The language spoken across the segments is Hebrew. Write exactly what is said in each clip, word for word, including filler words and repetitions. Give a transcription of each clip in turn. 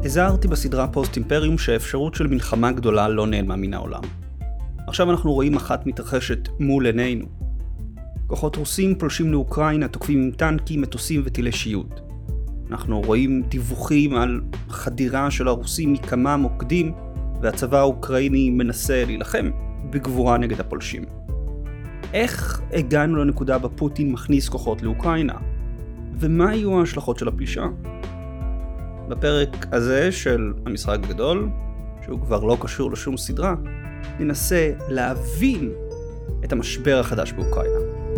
הזהרתי בסדרה פוסט אימפריום שהאפשרות של מלחמה גדולה לא נעלמה מן העולם. עכשיו אנחנו רואים אחת מתרחשת מול עינינו. כוחות רוסים פולשים לאוקראינה, תוקפים עם טנקים, מטוסים וטילי שיוט. אנחנו רואים דיווחים על חדירה של הרוסים מכמה מוקדים, והצבא האוקראיני מנסה להילחם בגבורה נגד הפולשים. איך הגענו לנקודה בה פוטין מכניס כוחות לאוקראינה? ומה יהיו ההשלכות של הפלישה? בפרק הזה של המשחק הגדול, שהוא כבר לא קשור לשום סדרה, ננסה להבין את המשבר החדש באוקראינה.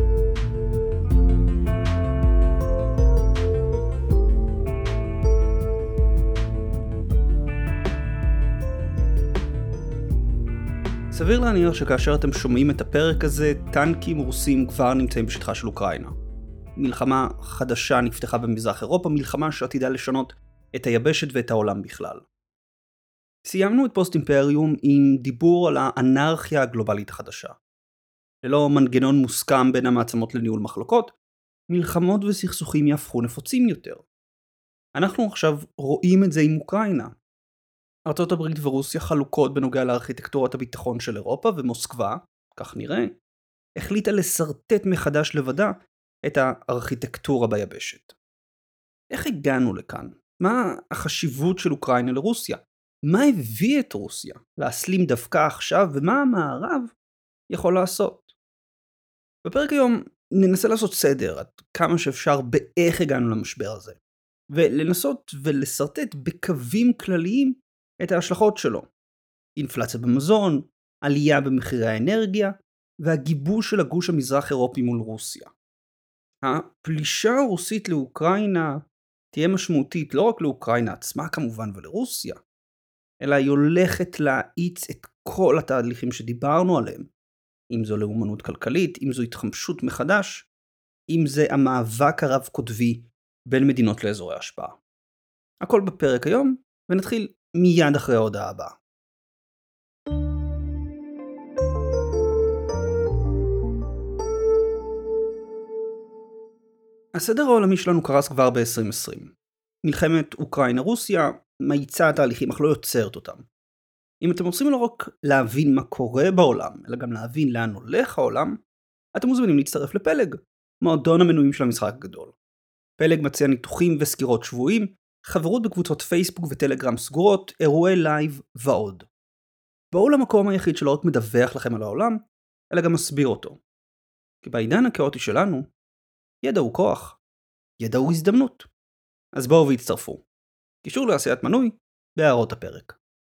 סביר להניח שכאשר אתם שומעים את הפרק הזה, טנקים רוסים כבר נמצאים בשטחה של אוקראינה. מלחמה חדשה נפתחה במזרח אירופה, מלחמה שעתידה לשנות את היבשת ואת העולם בכלל. סיימנו את פוסט אימפריום עם דיבור על האנרכיה הגלובלית החדשה. ללא מנגנון מוסכם בין המעצמות לניהול מחלוקות, מלחמות וסכסוכים יהפכו נפוצים יותר. אנחנו עכשיו רואים את זה עם אוקראינה. ארצות הברית ורוסיה חלוקות בנוגע לארכיטקטורת הביטחון של אירופה, ומוסקבה, כך נראה, החליטה לסרטט מחדש לבדה את הארכיטקטורה ביבשת. איך הגענו לכאן? מה החשיבות של אוקראינה לרוסיה? מה הביא את רוסיה להסלים דווקא עכשיו, ומה המערב יכול לעשות? בפרק היום ננסה לעשות סדר עד כמה שאפשר באיך הגענו למשבר הזה, ולנסות ולסרטט בקווים כלליים את ההשלכות שלו. אינפלציה במזון, עלייה במחירי האנרגיה, והגיבוש של הגוש המזרח אירופי מול רוסיה. הפלישה הרוסית לאוקראינה תהיה משמעותית לא רק לאוקראינה עצמה כמובן ולרוסיה, אלא היא הולכת להאיץ את כל התהליכים שדיברנו עליהם, אם זו לאומנות כלכלית, אם זו התחמשות מחדש, אם זה המאבק הרב קוטבי בין מדינות לאזורי השפעה. הכל בפרק היום, ונתחיל מיד אחרי ההודעה הבאה. הסדר העולמי שלנו קרס כבר ב-עשרים עשרים. מלחמת אוקראינה-רוסיה מאיצה תהליכים, אך לא יוצרת אותם. אם אתם רוצים לא רק להבין מה קורה בעולם, אלא גם להבין לאן הולך העולם, אתם מוזמנים להצטרף לפלג, מועדון המנויים של המשחק הגדול. פלג מציע ניתוחים וסקירות שבועיים, חברות בקבוצות פייסבוק וטלגרם סגורות, אירועי לייב ועוד. בואו למקום היחיד שלא רק מדווח לכם על העולם, אלא גם מסביר אותו. כי בעידן הכאוטי שלנו, ידע הוא כוח, ידע הוא הזדמנות. אז בואו והצטרפו. קישור לעשיית מנוי בהערות הפרק.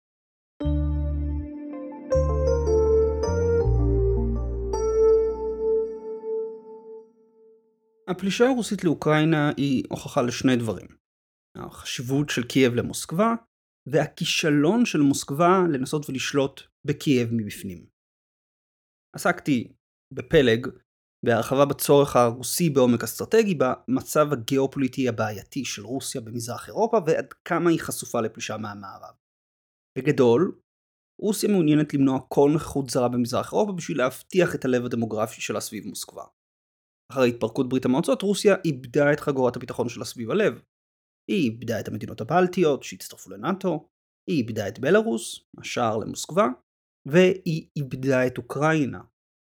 הפלישה הרוסית לאוקראינה היא הוכחה לשני דברים. החשיבות של קייב למוסקבה, והכישלון של מוסקבה לנסות ולשלוט בקייב מבפנים. עסקתי בפלג, בהרחבה בצורך הרוסי בעומק אסטרטגי, במצב הגיאופוליטי הבעייתי של רוסיה במזרח אירופה, ועד כמה היא חשופה לפלישה מהמערב. בגדול, רוסיה מעוניינת למנוע כל נוכחות זרה במזרח אירופה בשביל להבטיח את הלב הדמוגרפי שלה סביב מוסקבה. אחרי התפרקות ברית המועצות, רוסיה איבדה את חגורת הביטחון שלה סביב הלב. היא איבדה את המדינות הבלטיות שהצטרפו לנאטו, היא איבדה את בלרוס, השער למוסקבה, והיא איבדה את אוקראינה.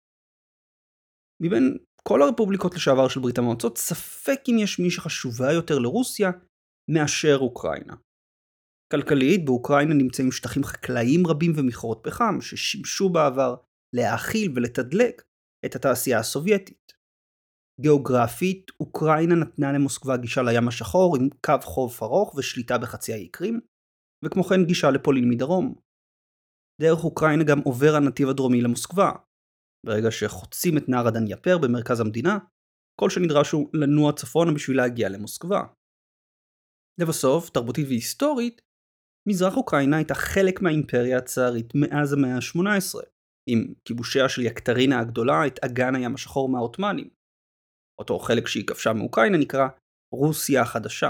מבין כל הרפובליקות לשעבר של ברית המועצות, ספק אם יש מי שחשובה יותר לרוסיה מאשר אוקראינה. כלכלית, באוקראינה נמצאים שטחים חקלאיים רבים ומכרות פחם, ששימשו בעבר להאכיל ולתדלק את התעשייה הסובייטית. גיאוגרפית, אוקראינה נתנה למוסקבה גישה לים השחור עם קו חוף ארוך ושליטה בחצי האי קרים, וכמו כן גישה לפולין מדרום. דרך אוקראינה גם עובר הנתיב הדרומי למוסקבה. ברגע שחוצים את נהר הדנייפר במרכז המדינה, כל שנדרש הוא לנוע צפונה בשביל להגיע למוסקבה. לבסוף, תרבותית והיסטורית, מזרח אוקראינה הייתה חלק מהאימפריה הצארית מאז המאה ה-שמונה עשרה, עם כיבושיה של יקטרינה הגדולה את אגן הים השחור מהעות'מאנים. אותו חלק שהיא כבשה מאוקראינה נקרא רוסיה החדשה.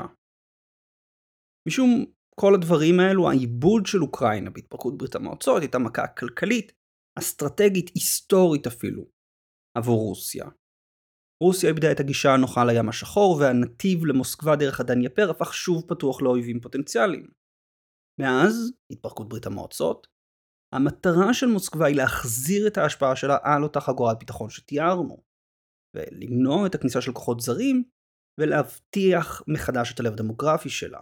משום כל הדברים האלו, העיבוד של אוקראינה בהתפרקות ברית המועצות הייתה מכה כלכלית, אסטרטגית, היסטורית אפילו, עבור רוסיה. רוסיה איבדה את הגישה הנוחה לים השחור, והנתיב למוסקבה דרך הדנייפר הפך שוב פתוח לאויבים פוטנציאליים. מאז התפרקות ברית המועצות, המטרה של מוסקבה היא להחזיר את ההשפעה שלה על אותה חגורת ביטחון שתיארנו, ולמנוע את הכניסה של כוחות זרים, ולהבטיח מחדש את הלב הדמוגרפי שלה.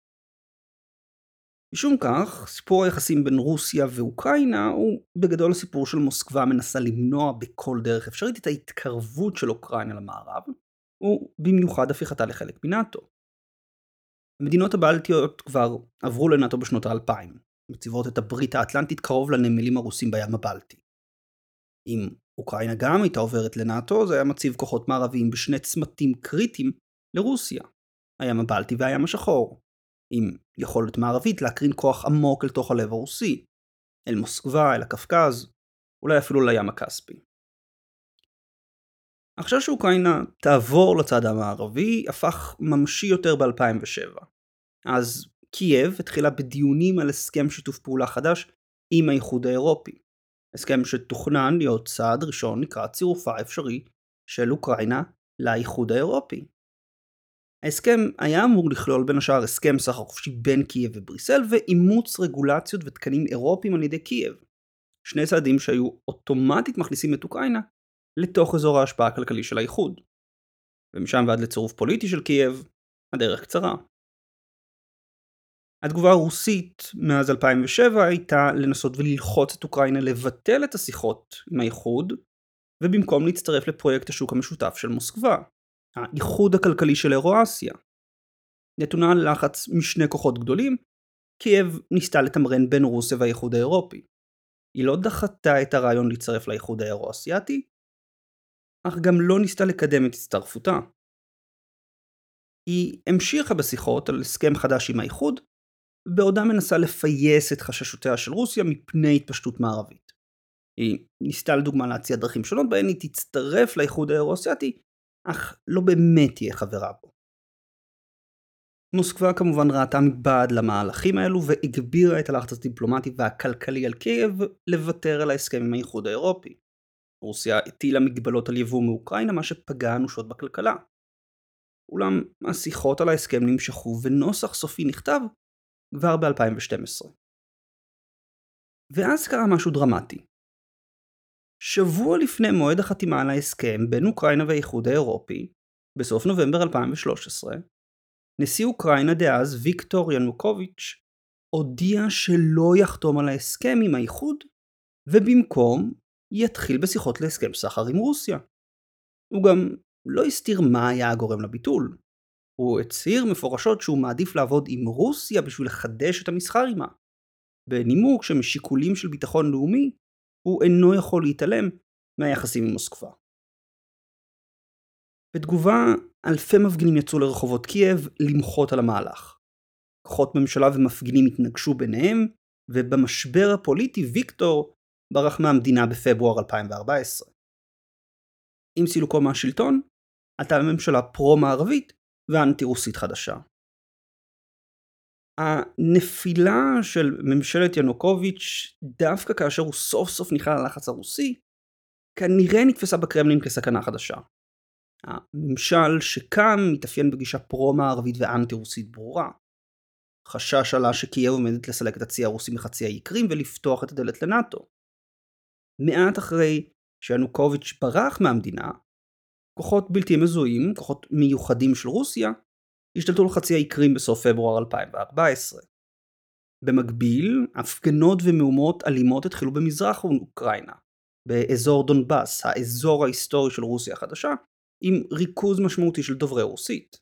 משום כך, סיפור היחסים בין רוסיה ואוקראינה הוא בגדול הסיפור של מוסקבה מנסה למנוע בכל דרך אפשרית את ההתקרבות של אוקראינה למערב, ובמיוחד הפיכתה לחלק מנאטו. המדינות הבלטיות כבר עברו לנאטו בשנות האלפיים, מציבות את הברית האטלנטית קרוב לנמלים הרוסים בים הבלטי. אם אוקראינה גם הייתה עוברת לנאטו, זה היה מציב כוחות מערביים בשני צמתים קריטיים לרוסיה, הים הבלטי והים השחור, עם יכולת מערבית להקרין כוח עמוק אל תוך הלב הרוסי, אל מוסקבה, אל הקפקז, אולי אפילו לים הכספי. עכשיו שאוקראינה תעבור לצד המערבי, הפך ממשי יותר ב-אלפיים ושבע. אז קייב התחילה בדיונים על הסכם שיתוף פעולה חדש עם האיחוד האירופי. הסכם שתוכנן להיות צעד ראשון לקראת צירופה אפשרי של אוקראינה לאיחוד האירופי. ההסכם היה אמור לכלול בין השאר הסכם סחר חופשי בין קייב ובריסל ואימוץ רגולציות ותקנים אירופיים על ידי קייב. שני צעדים שהיו אוטומטית מכניסים את אוקראינה לתוך אזור ההשפעה הכלכלי של האיחוד. ומשם ועד לצירוף פוליטי של קייב, הדרך קצרה. התגובה הרוסית מאז אלפיים ושבע הייתה לנסות וללחוץ את אוקראינה לבטל את השיחות עם האיחוד, ובמקום להצטרף לפרויקט השוק המשותף של מוסקבה, האיחוד הכלכלי של אירואסיה. נתונה לחץ משני כוחות גדולים, קייב ניסתה לתמרן בין רוסיה והאיחוד האירופי. היא לא דחתה את הרעיון להצטרף לאיחוד האירו-אסיאטי, אך גם לא ניסתה לקדם את הצטרפותה. היא המשיכה בשיחות על הסכם חדש עם האיחוד, בעודה מנסה לפייס את חששותיה של רוסיה מפני התפשטות מערבית. היא ניסתה לדוגמה להציע דרכים שונות בהן היא תצטרף לאיחוד האירו-אסיאטי, אך לא באמת תהיה חברה בו. מוסקבה כמובן ראתה מבעד למהלכים האלו והגבירה את הלחץ הדיפלומטי והכלכלי על קייב לוותר על ההסכם עם האיחוד האירופי. רוסיה הטילה מגבלות על יבוא מאוקראינה, מה שפגע אנושות בכלכלה. אולם השיחות על ההסכם נמשכו ונוסח סופי נכתב כבר ב-אלפיים ושתים עשרה. ואז קרה משהו דרמטי. שבוע לפני מועד החתימה על ההסכם בין אוקראינה והאיחוד האירופי, בסוף נובמבר אלפיים ושלוש עשרה, נשיא אוקראינה דאז ויקטור ינוקוביץ' הודיע שלא יחתום על ההסכם עם האיחוד, ובמקום יתחיל בשיחות להסכם סחר עם רוסיה. הוא גם לא הסתיר מה היה הגורם לביטול. הוא הצהיר מפורשות שהוא מעדיף לעבוד עם רוסיה בשביל לחדש את המסחר עימה, בנימוק שמשיקולים של ביטחון לאומי הוא אינו יכול להתעלם מהיחסים עם מוסקבה. בתגובה, אלפי מפגינים יצאו לרחובות קייב למחות על המהלך. כוחות ממשלה ומפגינים התנגשו ביניהם, ובמשבר הפוליטי ויקטור ברח מהמדינה בפברואר אלפיים וארבע עשרה. עם סילוקו מהשלטון, עלתה לממשלה פרו-מערבית ואנטי-רוסית חדשה. הנפילה של ממשלת ינוקוביץ' דווקא כאשר הוא סוף סוף נכנע ללחץ הרוסי, כנראה נתפסה בקרמלין כסכנה חדשה. הממשל שקם מתאפיין בגישה פרו-מערבית ואנטי-רוסית ברורה. חשש עלה שקייב עומדת לסלק את הצי הרוסי מחצי האי קרים ולפתוח את הדלת לנאטו. מעט אחרי שינוקוביץ' ברח מהמדינה, כוחות בלתי מזוהים, כוחות מיוחדים של רוסיה, השתלטו לחצי האי קרים בסוף פברואר אלפיים וארבע עשרה. במקביל, הפגנות ומהומות אלימות התחילו במזרח אוקראינה, באזור דונבאס, האזור ההיסטורי של רוסיה החדשה, עם ריכוז משמעותי של דוברי רוסית.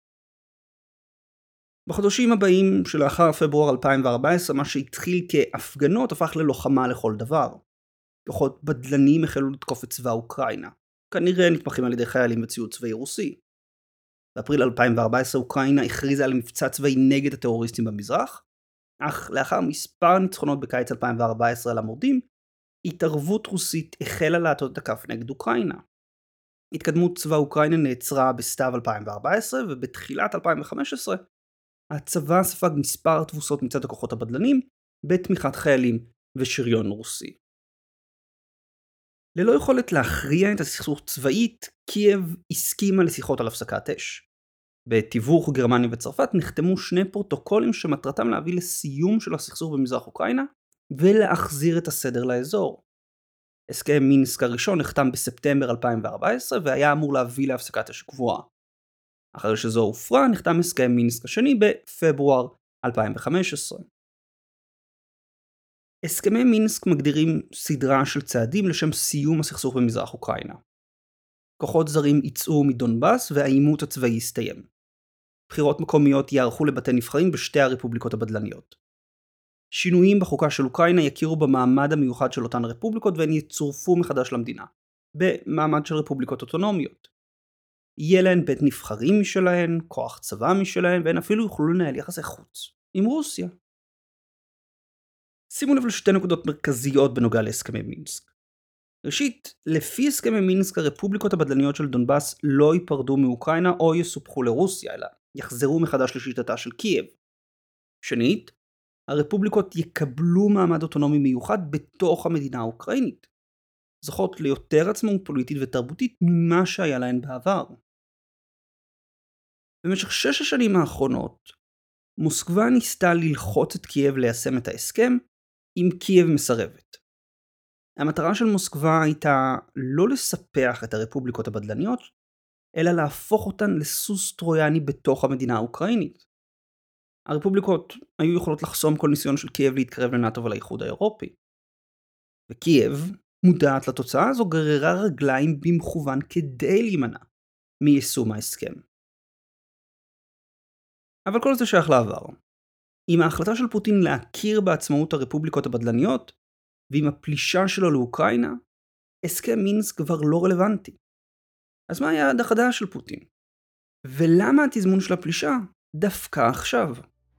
בחודשים הבאים שלאחר פברואר אלפיים וארבע עשרה, מה שהתחיל כהפגנות הפך ללוחמה לכל דבר. כוחות בדלנים החלו לתקוף את צבא אוקראינה, כנראה נתמכים על ידי חיילים וציוד צבאי רוסי. באפריל אלפיים וארבע עשרה אוקראינה הכריזה על מבצע צבאי נגד הטרוריסטים במזרח, אך לאחר מספר ניצחונות בקיץ אלפיים וארבע עשרה על המורדים, התערבות רוסית החלה להטות את הכף נגד אוקראינה. התקדמות צבא אוקראינה נעצרה בסתיו אלפיים וארבע עשרה, ובתחילת אלפיים וחמש עשרה הצבא ספג מספר תבוסות מצד הכוחות הבדלנים בתמיכת חיילים ושריון רוסי. ללא יכולת להכריע את הסכסוך צבאית, קייב הסכימה לשיחות על הפסקת אש. בתיווך גרמניה וצרפת נחתמו שני פרוטוקולים שמטרתם להביא לסיום של הסכסוך במזרח אוקראינה ולהחזיר את הסדר לאזור. הסכם מינסק הראשון נחתם בספטמבר אלפיים וארבע עשרה והיה אמור להביא להפסקת אש קבועה. אחרי שזו הופרה נחתם הסכם מינסק השני בפברואר אלפיים וחמש עשרה. הסכמי מינסק מגדירים סדרה של צעדים לשם סיום הסכסוך במזרח אוקראינה. כוחות זרים יצאו מדונבאס והעימות הצבאי יסתיים. בחירות מקומיות יערכו לבתי נבחרים בשתי הרפובליקות הבדלניות. שינויים בחוקה של אוקראינה יכירו במעמד המיוחד של אותן רפובליקות והן יצורפו מחדש למדינה, במעמד של רפובליקות אוטונומיות. יהיה להן בית נבחרים משלהן, כוח צבא משלהן, והן אפילו יוכלו לנהל יחסי חוץ עם רוסיה. שימו לב לשתי נקודות מרכזיות בנוגע להסכמי מינסק. ראשית, לפי הסכמי מינסק הרפובליקות הבדלניות של דונבאס לא ייפרדו מאוקראינה או יסופחו לרוסיה, אלא יחזרו מחדש לשיטתה של קייב. שנית, הרפובליקות יקבלו מעמד אוטונומי מיוחד בתוך המדינה האוקראינית, זוכות ליותר עצמאות פוליטית ותרבותית ממה שהיה להן בעבר. במשך שש השנים האחרונות, מוסקבה ניסתה ללחוץ את קייב ליישם את ההסכם, אם קייב מסרבת. המטרה של מוסקבה הייתה לא לספח את הרפובליקות הבדלניות, אלא להפוך אותן לסוס טרויאני בתוך המדינה האוקראינית. הרפובליקות היו יכולות לחסום כל ניסיון של קייב להתקרב לנאטו ולאיחוד האירופי. וקייב, מודעת לתוצאה הזו, גררה רגליים במכוון כדי להימנע מיישום ההסכם. אבל כל זה שייך לעבר. עם ההחלטה של פוטין להכיר בעצמאות הרפובליקות הבדלניות, ועם הפלישה שלו לאוקראינה, הסכם מינסק כבר לא רלוונטי. אז מה היעד החדש של פוטין? ולמה התזמון של הפלישה דווקא עכשיו?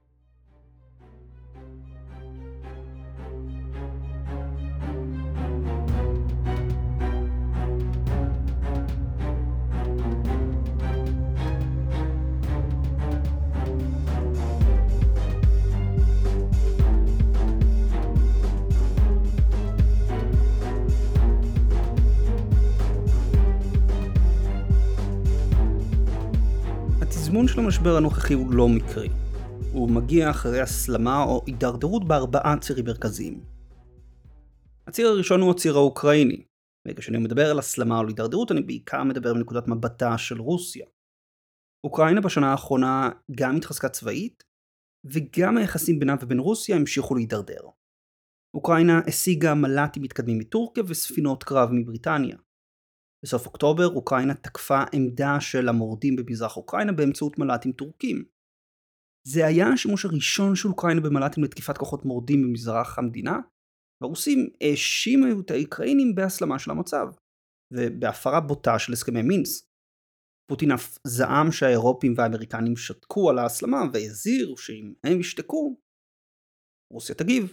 התזמון של המשבר הנוכחי הוא לא מקרי. הוא מגיע אחרי הסלמה או הידרדרות בארבעה צירים מרכזיים. הציר הראשון הוא הציר האוקראיני. וכשאני מדבר על הסלמה או הידרדרות, אני בעיקר מדבר מנקודת מבטה של רוסיה. אוקראינה בשנה האחרונה גם התחזקה צבאית, וגם היחסים בינה ובין רוסיה המשיכו להידרדר. אוקראינה השיגה מל"טים מתקדמים מטורקיה וספינות קרב מבריטניה. בסוף אוקטובר אוקראינה תקפה עמדה של המורדים במזרח אוקראינה באמצעות מל"טים טורקים. זה היה השימוש הראשון של אוקראינה במל"טים לתקיפת כוחות מורדים במזרח המדינה, והרוסים האשימו את האוקראינים בהסלמה של המצב, ובהפרה בוטה של הסכמי מינסק. פוטין אף זעם שהאירופים והאמריקנים שתקו על ההסלמה והזהיר שאם הם ישתקו, רוסיה תגיב.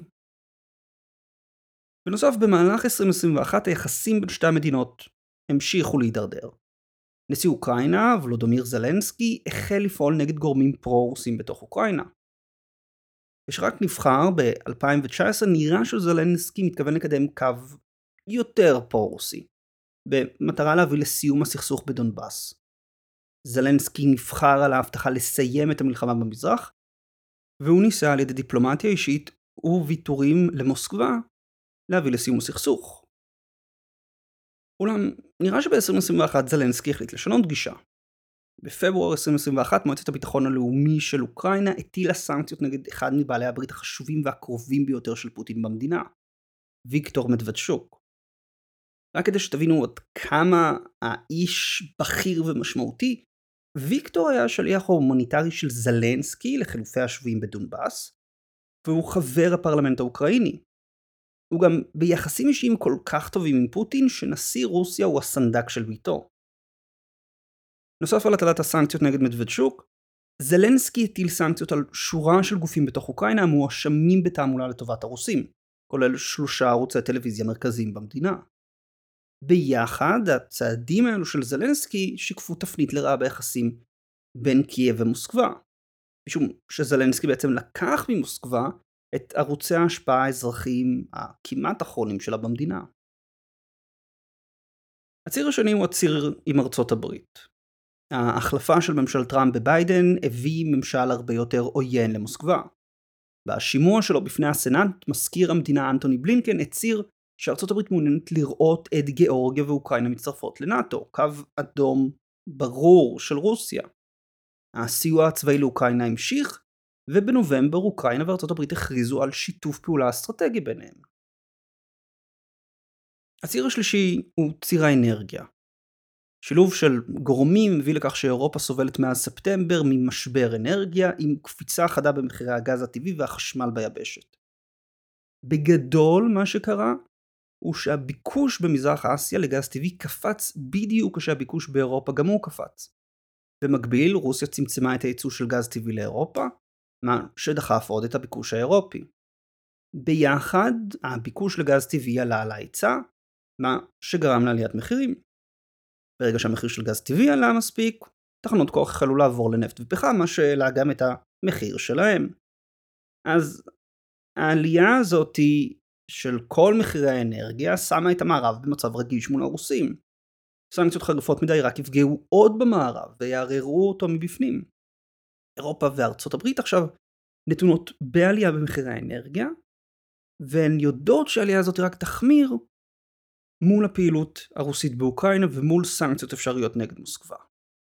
בנוסף, במהלך עשרים עשרים ואחת היחסים בין שתי המדינות המשיכו להידרדר. נשיא אוקראינה, וולודומיר זלנסקי, החל לפעול נגד גורמים פרו-רוסים בתוך אוקראינה. כשרק נבחר ב-אלפיים תשע עשרה נראה שזלנסקי מתכוון לקדם קו יותר פרו-רוסי, במטרה להביא לסיום הסכסוך בדונבאס. זלנסקי נבחר על ההבטחה לסיים את המלחמה במזרח, והוא ניסה על ידי דיפלומטיה אישית וויתורים למוסקבה להביא לסיום הסכסוך. אולם נראה שב-עשרים עשרים ואחת זלנסקי החליט לשנות גישה. בפברואר עשרים עשרים ואחת מועצת הביטחון הלאומי של אוקראינה הטילה סנקציות נגד אחד מבעלי הברית החשובים והקרובים ביותר של פוטין במדינה, ויקטור מדוודצ'וק. רק כדי שתבינו עד כמה האיש בכיר ומשמעותי, ויקטור היה השליח ההומניטרי של זלנסקי לחילופי השבויים בדונבאס, והוא חבר הפרלמנט האוקראיני. הוא גם ביחסים אישיים כל כך טובים עם פוטין שנשיא רוסיה הוא הסנדק של ביתו. נוסף על הטלת הסנקציות נגד מדוודצ'וק, זלנסקי הטיל סנקציות על שורה של גופים בתוך אוקראינה המואשמים בתעמולה לטובת הרוסים, כולל שלושה ערוצי טלוויזיה מרכזיים במדינה. ביחד, הצעדים האלו של זלנסקי שיקפו תפנית לרעה ביחסים בין קייב ומוסקבה, משום שזלנסקי בעצם לקח ממוסקבה את ערוצי ההשפעה האזרחיים הכמעט אחרונים שלה במדינה. הציר השני הוא הציר עם ארצות הברית. ההחלפה של ממשל טראמפ בביידן הביא ממשל הרבה יותר עוין למוסקבה. בשימוע שלו בפני הסנאט, מזכיר המדינה אנטוני בלינקן הצהיר שארצות הברית מעוניינת לראות את גיאורגיה ואוקראינה מצטרפות לנאטו, קו אדום ברור של רוסיה. הסיוע הצבאי לאוקראינה המשיך, ובנובמבר אוקראינה וארצות הברית הכריזו על שיתוף פעולה אסטרטגי ביניהם. הציר השלישי הוא ציר האנרגיה. שילוב של גורמים מביא לכך שאירופה סובלת מאז ספטמבר ממשבר אנרגיה עם קפיצה חדה במחירי הגז הטבעי והחשמל ביבשת. בגדול מה שקרה הוא שהביקוש במזרח אסיה לגז טבעי קפץ בדיוק כשהביקוש באירופה גם הוא קפץ. במקביל רוסיה צמצמה את הייצוא של גז טבעי לאירופה, מה שדחף עוד את הביקוש האירופי. ביחד הביקוש לגז טבעי עלה על ההיצע, מה שגרם לעליית מחירים. ברגע שהמחיר של גז טבעי עלה מספיק, תחנות כוח החלו לעבור לנפט ופחם, מה שהעלה גם את המחיר שלהם. אז העלייה הזאת של כל מחירי האנרגיה שמה את המערב במצב רגיש מול הרוסים. סנקציות חריפות מדי רק יפגעו עוד במערב ויערערו אותו מבפנים. אירופה וארצות הברית עכשיו נתונות בעלייה במחירי האנרגיה, והן יודעות שהעלייה הזאת רק תחמיר מול הפעילות הרוסית באוקראינה ומול סנקציות אפשריות נגד מוסקבה.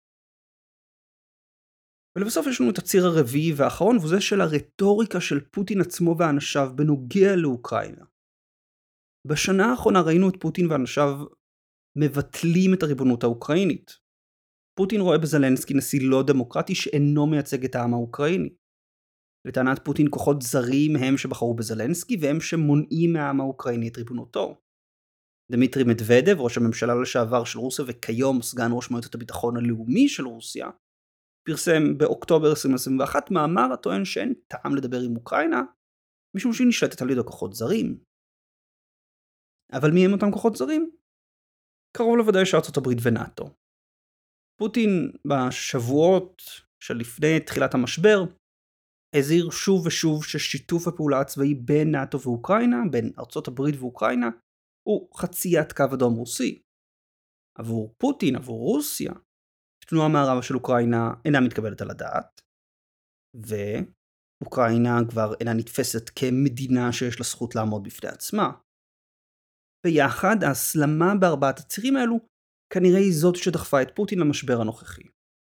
ולבסוף יש לנו את הציר הרביעי והאחרון, וזה של הרטוריקה של פוטין עצמו ואנשיו בנוגע לאוקראינה. בשנה האחרונה ראינו את פוטין ואנשיו מבטלים את הריבונות האוקראינית. פוטין רואה בזלנסקי נשיא לא דמוקרטי שאינו מייצג את העם האוקראיני. לטענת פוטין כוחות זרים הם שבחרו בזלנסקי והם שמונעים מהעם האוקראיני את ריבונותו. דמיטרי מדוודב, ראש הממשלה לשעבר של רוסיה וכיום סגן ראש מועצת הביטחון הלאומי של רוסיה, פרסם באוקטובר עשרים עשרים ואחת מאמר הטוען שאין טעם לדבר עם אוקראינה, משום שהיא נשלטת על ידי כוחות זרים. אבל מי הם אותם כוחות זרים? קרוב לוודאי שארצות הברית ונאטו. פוטין בשבועות שלפני תחילת המשבר, הזהיר שוב ושוב ששיתוף הפעולה הצבאי בין נאטו ואוקראינה, בין ארצות הברית ואוקראינה, הוא חציית קו אדום רוסי. עבור פוטין, עבור רוסיה, תנועה מערבה של אוקראינה אינה מתקבלת על הדעת, ואוקראינה כבר אינה נתפסת כמדינה שיש לה זכות לעמוד בפני עצמה. ביחד, ההסלמה בארבעת הצירים האלו כנראה היא זאת שדחפה את פוטין למשבר הנוכחי.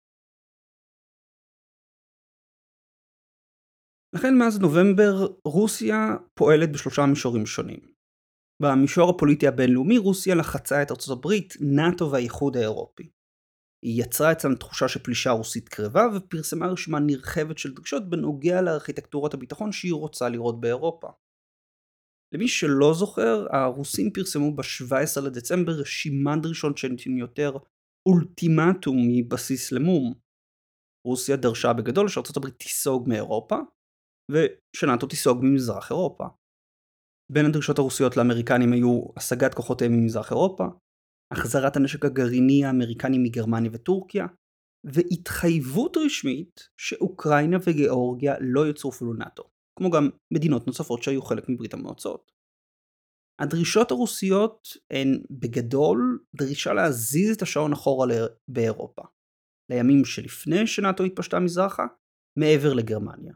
לכן מאז נובמבר רוסיה פועלת בשלושה מישורים שונים. במישור הפוליטי הבינלאומי רוסיה לחצה את ארצות הברית, נאטו והאיחוד האירופי. היא יצרה אצלם תחושה שפלישה רוסית קרבה ופרסמה רשימה נרחבת של דרישות בנוגע לארכיטקטורת הביטחון שהיא רוצה לראות באירופה. למי שלא זוכר, הרוסים פרסמו ב-שבעה עשר לדצמבר רשימת דרישות שנותנים יותר אולטימטום מבסיס למום. רוסיה דרשה בגדול שארצות הברית תיסוג מאירופה, ושנאטו תיסוג ממזרח אירופה. בין הדרישות הרוסיות לאמריקנים היו השגת כוחותיהם ממזרח אירופה, החזרת הנשק הגרעיני האמריקני מגרמניה וטורקיה, והתחייבות רשמית שאוקראינה וגיאורגיה לא יצורפו לנאטו, כמו גם מדינות נוספות שהיו חלק מברית המועצות. הדרישות הרוסיות הן בגדול דרישה להזיז את השעון אחורה באירופה, לימים שלפני שנאטו התפשטה מזרחה, מעבר לגרמניה.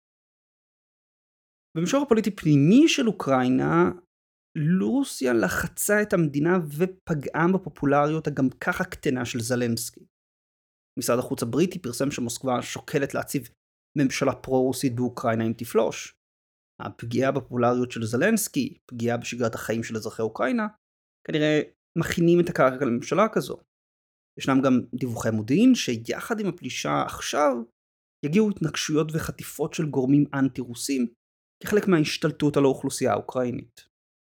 במישור הפוליטי פנימי של אוקראינה, רוסיה לחצה את המדינה ופגעה בפופולריות הגם ככה קטנה של זלנסקי. משרד החוץ הבריטי פרסם שמוסקבה שוקלת להציב ממשלה פרו-רוסית באוקראינה אם תפלוש. הפגיעה בפופולריות של זלנסקי, פגיעה בשגרת החיים של אזרחי אוקראינה, כנראה מכינים את הקרקע לממשלה כזו. ישנם גם דיווחי מודיעין שיחד עם הפלישה עכשיו יגיעו התנגשויות וחטיפות של גורמים אנטי-רוסים כחלק מההשתלטות על האוכלוסייה האוקראינית.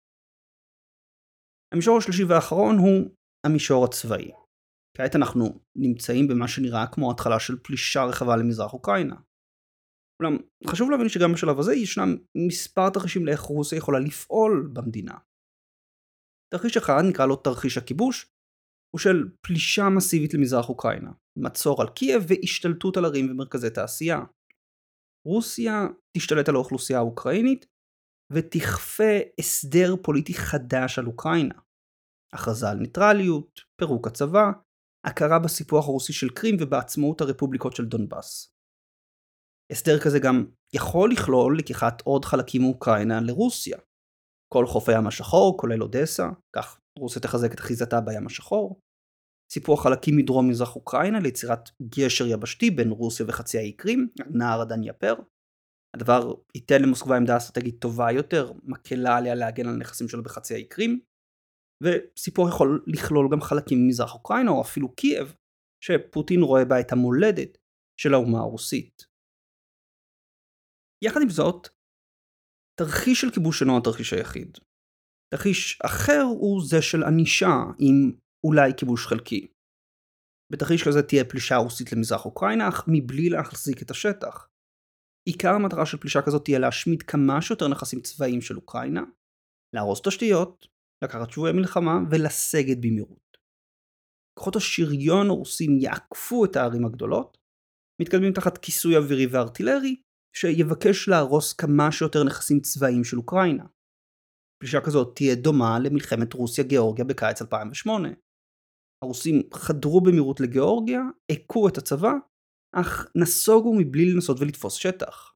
המישור השלישי והאחרון הוא המישור הצבאי. כעת אנחנו נמצאים במה שנראה כמו התחלה של פלישה רחבה למזרח אוקראינה. אולם חשוב להבין שגם בשלב הזה ישנם מספר תרחישים לאיך רוסיה יכולה לפעול במדינה. תרחיש אחד נקרא לו תרחיש הכיבוש, הוא של פלישה מסיבית למזרח אוקראינה, מצור על קייב והשתלטות על ערים ומרכזי תעשייה. רוסיה תשתלט על האוכלוסייה האוקראינית ותכפה הסדר פוליטי חדש על אוקראינה. הכרזה על ניטרליות, פירוק הצבא הכרה בסיפוח הרוסי של קרים ובעצמאות הרפובליקות של דונבאס. הסדר כזה גם יכול לכלול לקיחת עוד חלקים מאוקראינה לרוסיה. כל חוף הים השחור, כולל אודסה, כך רוסיה תחזק את אחיזתה בים השחור. סיפוח חלקים מדרום מזרח אוקראינה ליצירת גשר יבשתי בין רוסיה וחצי האי קרים, נהר הדנייפר. הדבר ייתן למוסקבה עמדה אסטרטגית טובה יותר, מקלה עליה להגן על נכסים שלו בחצי האי קרים. וסיפוח יכול לכלול גם חלקים ממזרח אוקראינה או אפילו קייב, שפוטין רואה בה את המולדת של האומה הרוסית. יחד עם זאת, תרחיש של כיבוש אינו התרחיש היחיד. תרחיש אחר הוא זה של ענישה עם אולי כיבוש חלקי. בתרחיש כזה תהיה פלישה רוסית למזרח אוקראינה, אך מבלי להחזיק את השטח. עיקר המטרה של פלישה כזאת תהיה להשמיד כמה שיותר נכסים צבאיים של אוקראינה, להרוס תשתיות, לקחת שבויי מלחמה ולסגת במהירות. כוחות השריון הרוסים יעקפו את הערים הגדולות, מתקדמים תחת כיסוי אווירי וארטילרי, שיבקש להרוס כמה שיותר נכסים צבאיים של אוקראינה. פלישה כזאת תהיה דומה למלחמת רוסיה-גיאורגיה בקיץ אלפיים ושמונה. הרוסים חדרו במהירות לגאורגיה, עקו את הצבא, אך נסוגו מבלי לנסות ולתפוס שטח.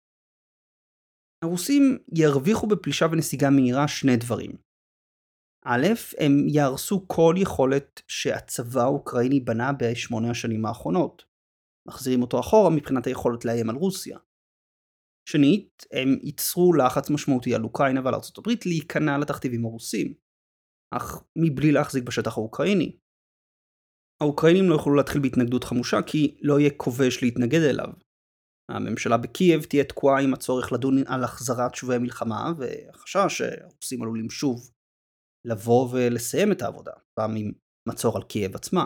הרוסים ירוויחו בפלישה ונסיגה מהירה שני דברים. א', הם יהרסו כל יכולת שהצבא האוקראיני בנה בשמונה השנים האחרונות. מחזירים אותו אחורה מבחינת היכולת לאיים על רוסיה. שנית, הם ייצרו לחץ משמעותי על אוקראינה ועל ארצות הברית להיכנע לתכתיבים הרוסים, אך מבלי להחזיק בשטח האוקראיני. האוקראינים לא יוכלו להתחיל בהתנגדות חמושה כי לא יהיה כובש להתנגד אליו. הממשלה בקייב תהיה תקועה עם הצורך לדון על החזרת שבויי מלחמה והחשש שהרוסים עלולים שוב לבוא ולסיים את העבודה, פעם עם מצור על קייב עצמה.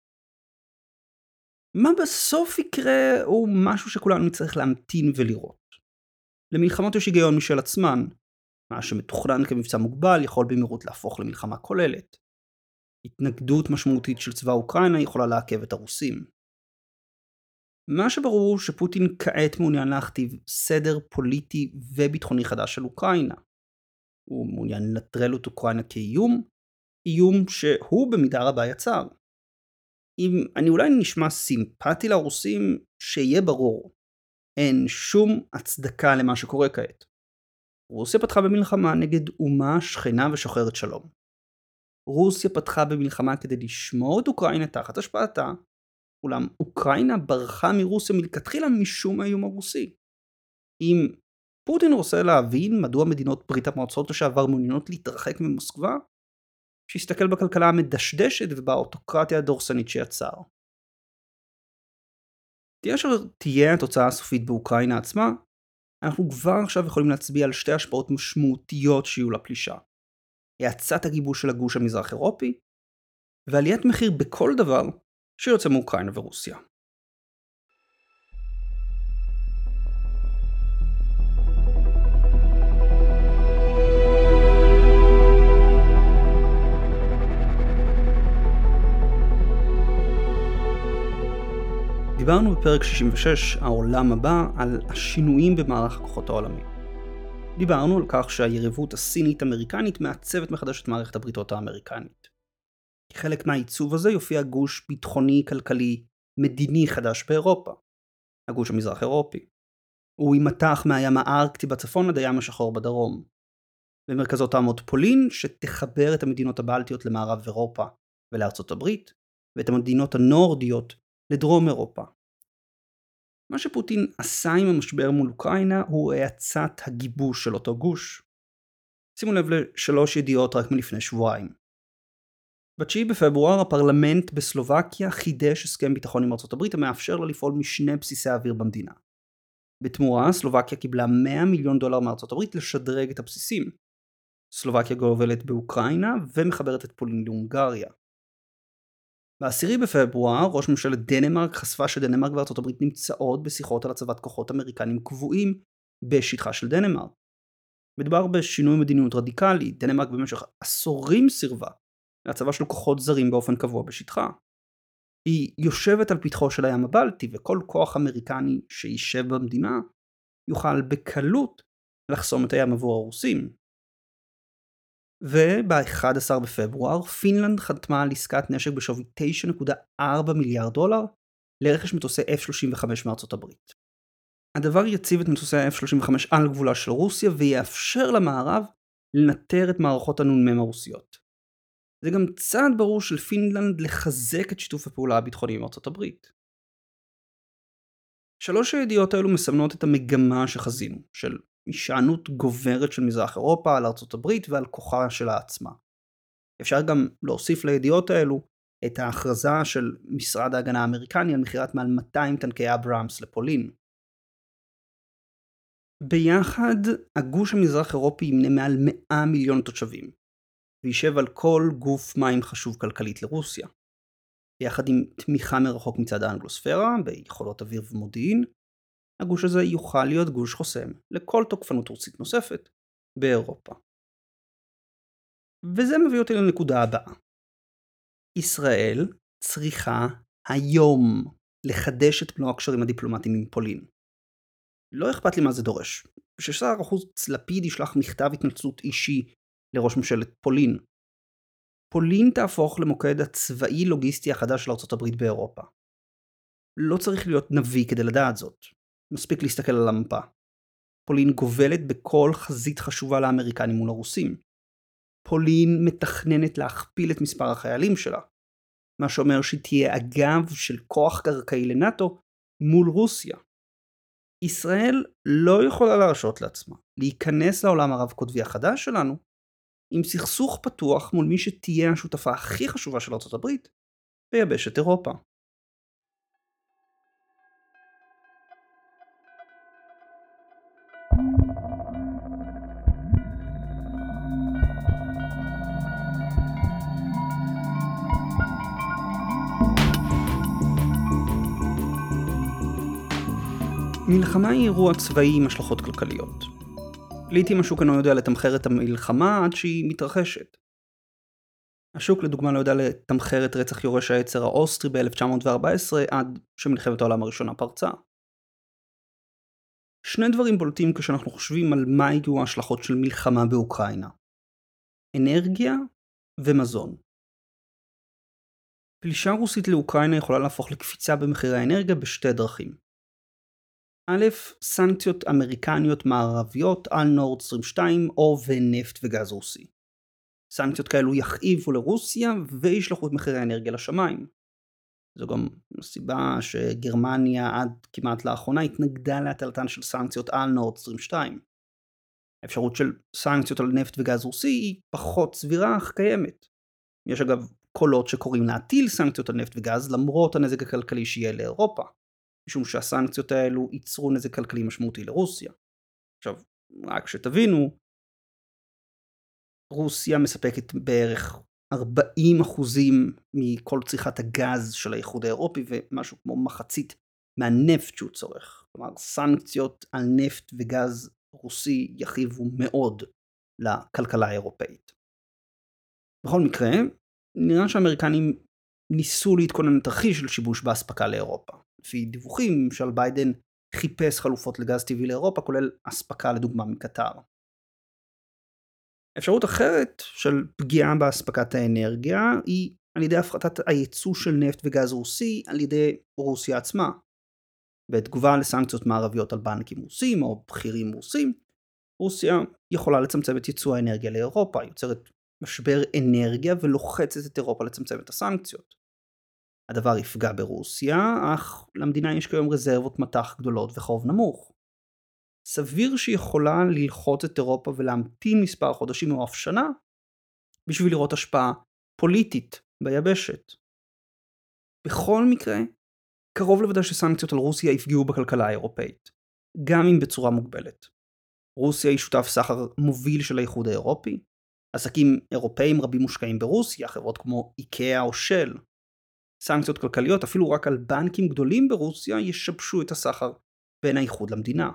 מה בסוף יקרה הוא משהו שכולנו נצטרך להמתין ולראות. למלחמות יש היגיון משל עצמן, מה שמתוכנן כמבצע מוגבל יכול במהירות להפוך למלחמה כוללת. התנגדות משמעותית של צבא אוקראינה יכולה לעכב את הרוסים. מה שברור הוא שפוטין כעת מעוניין להכתיב סדר פוליטי וביטחוני חדש של אוקראינה. הוא מעוניין לנטרל את אוקראינה כאיום, איום שהוא במידה רבה יצר. אם אני אולי נשמע סימפטי לרוסים, שיהיה ברור, אין שום הצדקה למה שקורה כעת. רוסיה פתחה במלחמה נגד אומה שכנה ושוחרת שלום. רוסיה פתחה במלחמה כדי לשמור את אוקראינה תחת השפעתה, אולם אוקראינה ברחה מרוסיה מלכתחילה משום האיום הרוסי. אם פוטין רוצה להבין מדוע מדינות ברית המועצות לשעבר מעוניינות להתרחק ממוסקבה, שיסתכל בכלכלה המדשדשת ובאוטוקרטיה הדורסנית שיצר. תהיה אשר תהיה התוצאה הסופית באוקראינה עצמה, אנחנו כבר עכשיו יכולים להצביע על שתי השפעות משמעותיות שיהיו לפלישה. האצת הגיבוש של הגוש המזרח אירופי, ועליית מחיר בכל דבר שיוצא מאוקראינה ורוסיה. דיברנו בפרק שישים ושש, העולם הבא, על השינויים במערך הכוחות העולמי. דיברנו על כך שהיריבות הסינית-אמריקנית מעצבת מחדש את מערכת הבריתות האמריקנית. כחלק מהעיצוב הזה יופיע גוש ביטחוני, כלכלי, מדיני חדש באירופה, הגוש המזרח אירופי. הוא יימתח מהים הארקטי בצפון עד הים השחור בדרום. במרכזו תעמוד פולין, שתחבר את המדינות הבלטיות למערב אירופה ולארצות הברית, ואת המדינות הנורדיות לדרום אירופה. מה שפוטין עשה עם המשבר מול אוקראינה הוא האצת הגיבוש של אותו גוש. שימו לב לשלוש ידיעות רק מלפני שבועיים. בתשיעי בפברואר הפרלמנט בסלובקיה חידש הסכם ביטחון עם ארצות הברית המאפשר לה לפעול משני בסיסי האוויר במדינה. בתמורה סלובקיה קיבלה מאה מיליון דולר מארצות הברית לשדרג את הבסיסים. סלובקיה גובלת באוקראינה ומחברת את פולין להונגריה. בעשירי בפברואר ראש ממשלת דנמרק חשפה שדנמרק וארצות הברית נמצאות בשיחות על הצבת כוחות אמריקנים קבועים בשטחה של דנמרק. מדובר בשינוי מדיניות רדיקלי. דנמרק במשך עשורים סירבה להצבה של כוחות זרים באופן קבוע בשטחה. היא יושבת על פתחו של הים הבלטי, וכל כוח אמריקני שישב במדינה יוכל בקלות לחסום את הים עבור הרוסים. וב-אחד עשר בפברואר פינלנד חתמה על עסקת נשק בשווי תשע נקודה ארבע מיליארד דולר לרכש מטוסי אף שלושים וחמש מארצות הברית. הדבר יציב את מטוסי ה-אף שלושים וחמש על גבולה של רוסיה ויאפשר למערב לנטר את מערכות הנ"מ הרוסיות. זה גם צעד ברור של פינלנד לחזק את שיתוף הפעולה הביטחוני עם ארצות הברית. שלוש הידיעות האלו מסמנות את המגמה שחזינו, של משענות גוברת של מזרח אירופה על ארצות הברית ועל כוחה שלה עצמה. אפשר גם להוסיף לידיעות האלו את ההכרזה של משרד ההגנה האמריקני על מכירת מעל מאתיים טנקי אברהמס לפולין. ביחד, הגוש המזרח אירופי ימנה מעל מאה מיליון תושבים, וישב על כל גוף מים חשוב כלכלית לרוסיה. ביחד עם תמיכה מרחוק מצד האנגלוספירה, ביכולות אוויר ומודיעין, הגוש הזה יוכל להיות גוש חוסם לכל תוקפנות רוסית נוספת באירופה. וזה מביא אותי לנקודה הבאה. ישראל צריכה היום לחדש את מלוא הקשרים הדיפלומטיים עם פולין. לא אכפת לי מה זה דורש. ששר החוץ לפיד ישלח מכתב התנצלות אישי לראש ממשלת פולין. פולין תהפוך למוקד הצבאי לוגיסטי החדש של ארצות הברית באירופה. לא צריך להיות נביא כדי לדעת זאת. מספיק להסתכל על המפה. פולין גובלת בכל חזית חשובה לאמריקנים מול הרוסים. פולין מתכננת להכפיל את מספר החיילים שלה, מה שאומר שהיא תהיה הגב של כוח קרקעי לנאטו מול רוסיה. ישראל לא יכולה להרשות לעצמה להיכנס לעולם הרב קוטבי החדש שלנו עם סכסוך פתוח מול מי שתהיה השותפה הכי חשובה של ארצות הברית ביבשת אירופה. מלחמה היא אירוע צבאי עם השלכות כלכליות. לעתים השוק אינו יודע לתמחר את המלחמה עד שהיא מתרחשת. השוק לדוגמה לא יודע לתמחר את רצח יורש העצר האוסטרי ב-אלף תשע מאות וארבע עשרה עד שמלחמת העולם הראשונה פרצה. שני דברים בולטים כשאנחנו חושבים על מה יהיו ההשלכות של מלחמה באוקראינה. אנרגיה ומזון. פלישה רוסית לאוקראינה יכולה להפוך לקפיצה במחירי האנרגיה בשתי דרכים. א', סנקציות אמריקניות מערביות על נורד סטרים שתיים או ונפט וגז רוסי. סנקציות כאלו יכאיבו לרוסיה וישלחו את מחירי האנרגיה לשמיים. זו גם הסיבה שגרמניה עד כמעט לאחרונה התנגדה להטלתן של סנקציות על נורד סטרים שתיים. האפשרות של סנקציות על נפט וגז רוסי היא פחות סבירה אך קיימת. יש אגב קולות שקוראים להטיל סנקציות על נפט וגז למרות הנזק הכלכלי שיהיה לאירופה. משום שהסנקציות האלו ייצרו נזק כלכלי משמעותי לרוסיה. עכשיו, רק שתבינו, רוסיה מספקת בערך ארבעים אחוזים מכל צריכת הגז של האיחוד האירופי, ומשהו כמו מחצית מהנפט שהוא צורך. כלומר, סנקציות על נפט וגז רוסי יכאיבו מאוד לכלכלה האירופאית. בכל מקרה, נראה שהאמריקנים ניסו להתכונן לתרחיש של שיבוש באספקה לאירופה. לפי דיווחים של ביידן חיפש חלופות לגז טבעי לאירופה, כולל אספקה לדוגמה מקטר. אפשרות אחרת של פגיעה באספקת האנרגיה היא על ידי הפחתת הייצוא של נפט וגז רוסי על ידי רוסיה עצמה. בתגובה לסנקציות מערביות על בנקים רוסים או בכירים רוסים, רוסיה יכולה לצמצם את ייצוא האנרגיה לאירופה, יוצרת משבר אנרגיה ולוחצת את אירופה לצמצם את הסנקציות. הדבר יפגע ברוסיה, אך למדינה יש כיום רזרבות מטח גדולות וחוב נמוך. סביר שיכולה ללחוץ את אירופה ולהמתין מספר חודשים או אף שנה, בשביל לראות השפעה פוליטית ביבשת. בכל מקרה, קרוב לוודא שסנקציות על רוסיה יפגעו בכלכלה האירופאית, גם אם בצורה מוגבלת. רוסיה היא שותף סחר מוביל של האיחוד האירופי, עסקים אירופאים רבים מושקעים ברוסיה, חברות כמו איקאה או של. סנקציות כלכליות, אפילו רק על בנקים גדולים ברוסיה, ישבשו את הסחר בין האיחוד למדינה.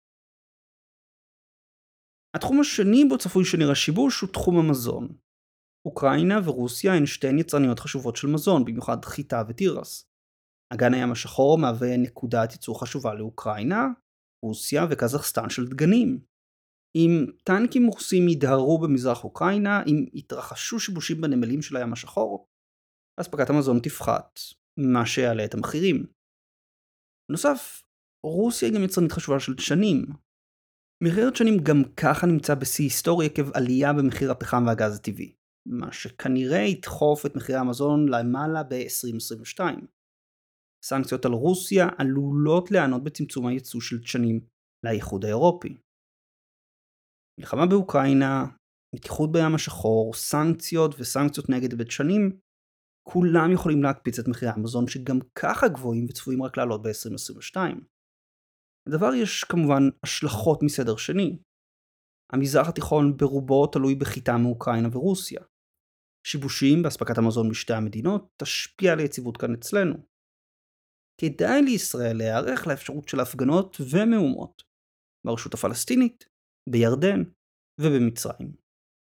התחום השני בו צפוי שנראה שיבוש הוא תחום המזון. אוקראינה ורוסיה הן שתיהן יצרניות חשובות של מזון, במיוחד חיטה ותירס. אגן הים השחור מהווה נקודת ייצור חשובה לאוקראינה, רוסיה וקזחסטן של דגנים. אם טנקים רוסים ידהרו במזרח אוקראינה, אם יתרחשו שיבושים בנמלים של הים השחור, אספקת המזון תפחת, מה שיעלה את המחירים. בנוסף, רוסיה היא גם יצרנית חשובה של דשנים. מחיר הדשנים גם ככה נמצא בשיא היסטורי עקב עלייה במחיר הפחם והגז הטבעי, מה שכנראה ידחוף את מחירי המזון למעלה ב-עשרים עשרים ושתיים. סנקציות על רוסיה עלולות להיענות בצמצום הייצוא של דשנים לאיחוד האירופי. מלחמה באוקראינה, מתיחות בים השחור, סנקציות וסנקציות נגד בדשנים, כולם יכולים להקפיץ את מחירי המזון שגם ככה גבוהים וצפויים רק לעלות ב-עשרים עשרים ושתיים. לדבר יש כמובן השלכות מסדר שני. המזרח התיכון ברובו תלוי בחיטה מאוקראינה ורוסיה. שיבושים באספקת המזון משתי המדינות תשפיע על היציבות כאן אצלנו. כדאי לישראל להיערך לאפשרות של הפגנות ומהומות ברשות הפלסטינית, בירדן ובמצרים.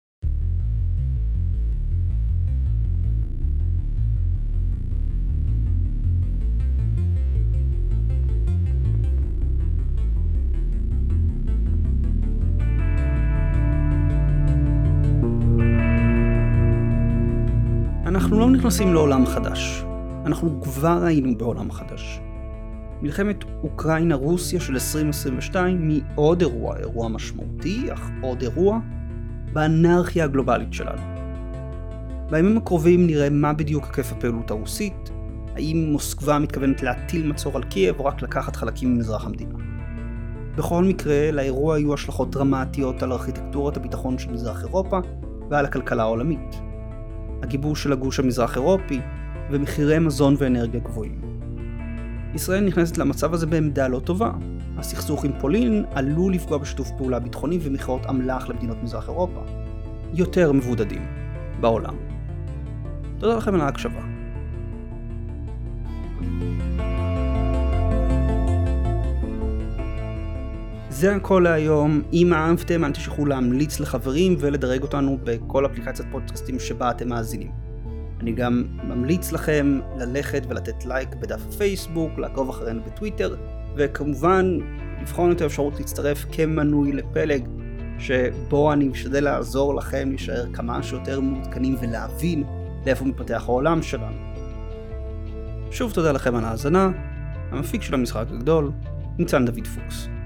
אנחנו לא נכנסים לעולם חדש, אנחנו כבר היינו בעולם חדש. מלחמת אוקראינה-רוסיה של עשרים עשרים ושתיים היא עוד אירוע, אירוע משמעותי, אך עוד אירוע, באנרכיה הגלובלית שלנו. בימים הקרובים נראה מה בדיוק היקף הפעילות הרוסית, האם מוסקבה מתכוונת להטיל מצור על קייב או רק לקחת חלקים ממזרח המדינה. בכל מקרה, לאירוע יהיו השלכות דרמטיות על ארכיטקטורת הביטחון של מזרח אירופה ועל הכלכלה העולמית. הגיבוש של הגוש המזרח אירופי ומחירי מזון ואנרגיה גבוהים. ישראל נכנסת למצב הזה בעמדה לא טובה. הסכסוך עם פולין עלול לפגוע בשיתוף פעולה ביטחוני ומכירות אמל"ח למדינות מזרח אירופה. יותר מבודדים בעולם. תודה לכם על ההקשבה. זה הכל להיום. אם אהבתם, אל תשכחו להמליץ לחברים ולדרג אותנו בכל אפליקציית פודקאסטים שבה אתם מאזינים. אני גם ממליץ לכם ללכת ולתת לייק בדף הפייסבוק, לעקוב אחרינו בטוויטר, וכמובן לבחון את האפשרות להצטרף כמנוי לפלג, שבו אני משתדל לעזור לכם להישאר כמה שיותר מעודכנים ולהבין לאיפה מתפתח העולם שלנו. שוב תודה לכם על ההאזנה. המפיק של המשחק הגדול, ניצן דוד פוקס.